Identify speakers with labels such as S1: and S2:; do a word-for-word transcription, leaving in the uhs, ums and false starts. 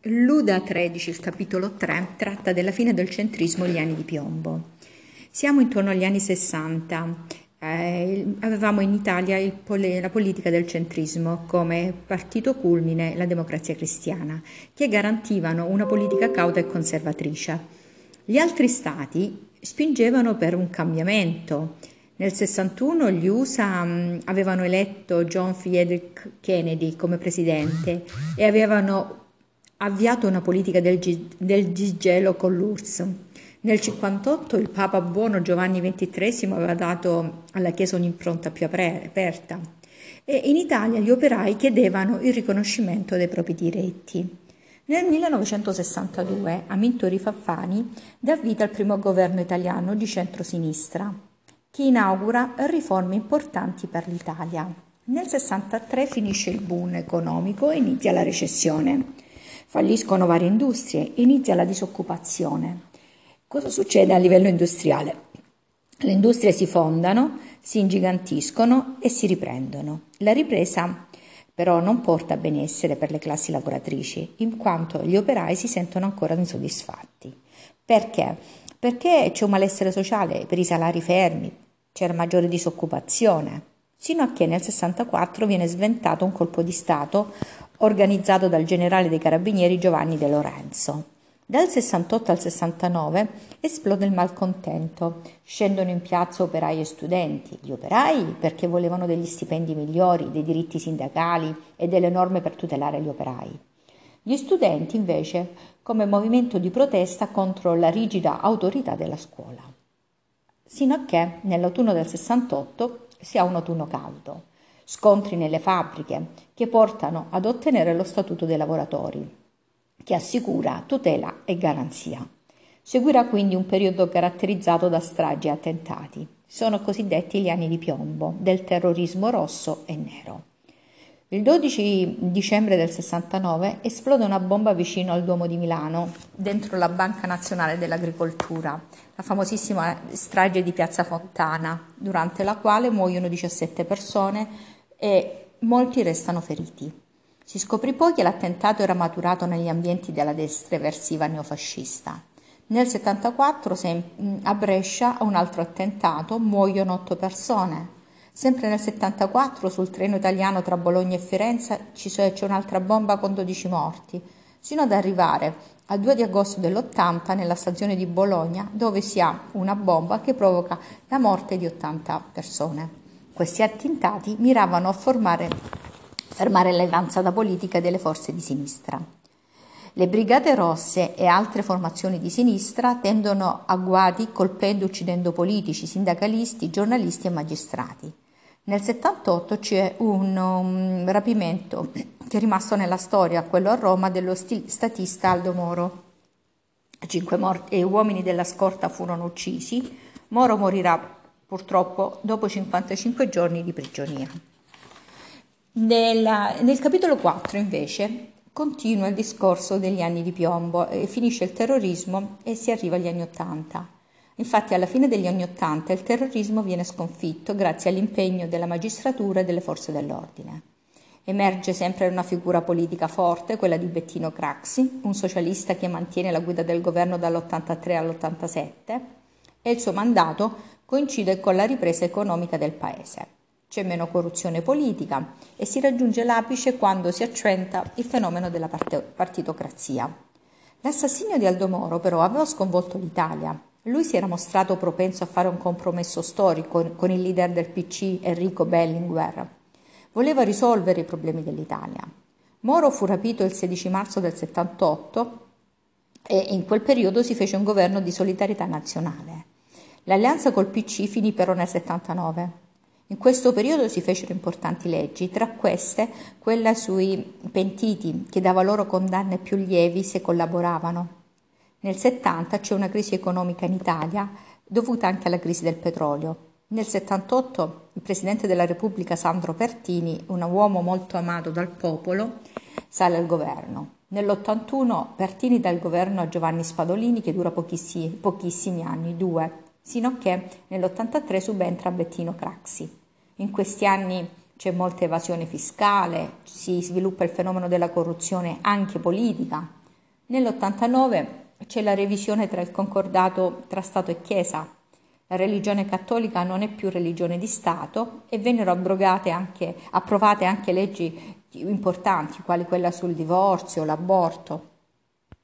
S1: Luda tredici, il capitolo tre, tratta della fine del centrismo e gli anni di piombo. Siamo intorno agli anni sessanta. Eh, avevamo in Italia il pole- la politica del centrismo come partito culmine la Democrazia Cristiana, che garantivano una politica cauta e conservatrice. Gli altri stati spingevano per un cambiamento. Nel sessantuno gli U S A mh, avevano eletto John F. Kennedy come presidente e avevano avviato una politica del, gi- del disgelo con l'U R S S. Nel cinquantotto il Papa Buono Giovanni ventitreesimo aveva dato alla Chiesa un'impronta più apre- aperta e in Italia gli operai chiedevano il riconoscimento dei propri diritti. Nel millenovecentosessantadue Amintore Fanfani dà vita al primo governo italiano di centrosinistra, che inaugura riforme importanti per l'Italia. Nel sessantatré finisce il boom economico e inizia la recessione. Falliscono varie industrie, inizia la disoccupazione. Cosa succede a livello industriale? Le industrie si fondano, si ingigantiscono e si riprendono. La ripresa però non porta benessere per le classi lavoratrici, in quanto gli operai si sentono ancora insoddisfatti. Perché? Perché c'è un malessere sociale per i salari fermi, c'è maggiore disoccupazione, sino a che nel sessantaquattro viene sventato un colpo di Stato organizzato dal generale dei carabinieri Giovanni De Lorenzo. Dal sessantotto al sessantanove esplode il malcontento, scendono in piazza operai e studenti, gli operai perché volevano degli stipendi migliori, dei diritti sindacali e delle norme per tutelare gli operai. Gli studenti invece come movimento di protesta contro la rigida autorità della scuola. Sino a che nell'autunno del sessantotto si ha un autunno caldo, scontri nelle fabbriche che portano ad ottenere lo statuto dei lavoratori, che assicura tutela e garanzia. Seguirà quindi un periodo caratterizzato da stragi e attentati. Sono cosiddetti gli anni di piombo, del terrorismo rosso e nero. Il dodici dicembre del sessantanove esplode una bomba vicino al Duomo di Milano, dentro la Banca Nazionale dell'Agricoltura, la famosissima strage di Piazza Fontana, durante la quale muoiono diciassette persone e molti restano feriti. Si scoprì poi che l'attentato era maturato negli ambienti della destra eversiva neofascista. Nel settantaquattro a Brescia un altro attentato, muoiono otto persone. Sempre nel settantaquattro sul treno italiano tra Bologna e Firenze c'è un'altra bomba con dodici morti, sino ad arrivare al due di agosto dell'ottanta nella stazione di Bologna, dove si ha una bomba che provoca la morte di ottanta persone. Questi attentati miravano a formare, fermare l'avanzata politica delle forze di sinistra. Le Brigate Rosse e altre formazioni di sinistra tendono agguati colpendo e uccidendo politici, sindacalisti, giornalisti e magistrati. Nel settantotto c'è un, un rapimento che è rimasto nella storia, quello a Roma, dello statista Aldo Moro. Cinque morti e uomini della scorta furono uccisi. Moro morirà purtroppo dopo cinquantacinque giorni di prigionia. Nella, nel capitolo quattro invece continua il discorso degli anni di piombo, e finisce il terrorismo e si arriva agli anni ottanta. Infatti alla fine degli anni ottanta il terrorismo viene sconfitto grazie all'impegno della magistratura e delle forze dell'ordine. Emerge sempre una figura politica forte, quella di Bettino Craxi, un socialista che mantiene la guida del governo dall'ottantatré all'ottantasette, e il suo mandato coincide con la ripresa economica del paese. C'è meno corruzione politica e si raggiunge l'apice quando si accentua il fenomeno della partitocrazia. L'assassinio di Aldo Moro però aveva sconvolto l'Italia. Lui si era mostrato propenso a fare un compromesso storico con il leader del P C, Enrico Berlinguer. Voleva risolvere i problemi dell'Italia. Moro fu rapito il sedici marzo del settantotto e in quel periodo si fece un governo di solidarietà nazionale. L'alleanza col P C finì però nel settantanove. In questo periodo si fecero importanti leggi, tra queste quella sui pentiti, che dava loro condanne più lievi se collaboravano. Nel settanta c'è una crisi economica in Italia, dovuta anche alla crisi del petrolio. Nel settantotto il Presidente della Repubblica Sandro Pertini, un uomo molto amato dal popolo, sale al governo. Nell'ottantuno Pertini dà il governo a Giovanni Spadolini, che dura pochissimi, pochissimi anni, due, sino a che nell'ottantatré subentra Bettino Craxi. In questi anni c'è molta evasione fiscale, si sviluppa il fenomeno della corruzione anche politica. Nell'ottantanove c'è la revisione tra il concordato tra Stato e Chiesa. La religione cattolica non è più religione di Stato e vennero abrogate anche, approvate anche leggi importanti, quali quella sul divorzio, l'aborto.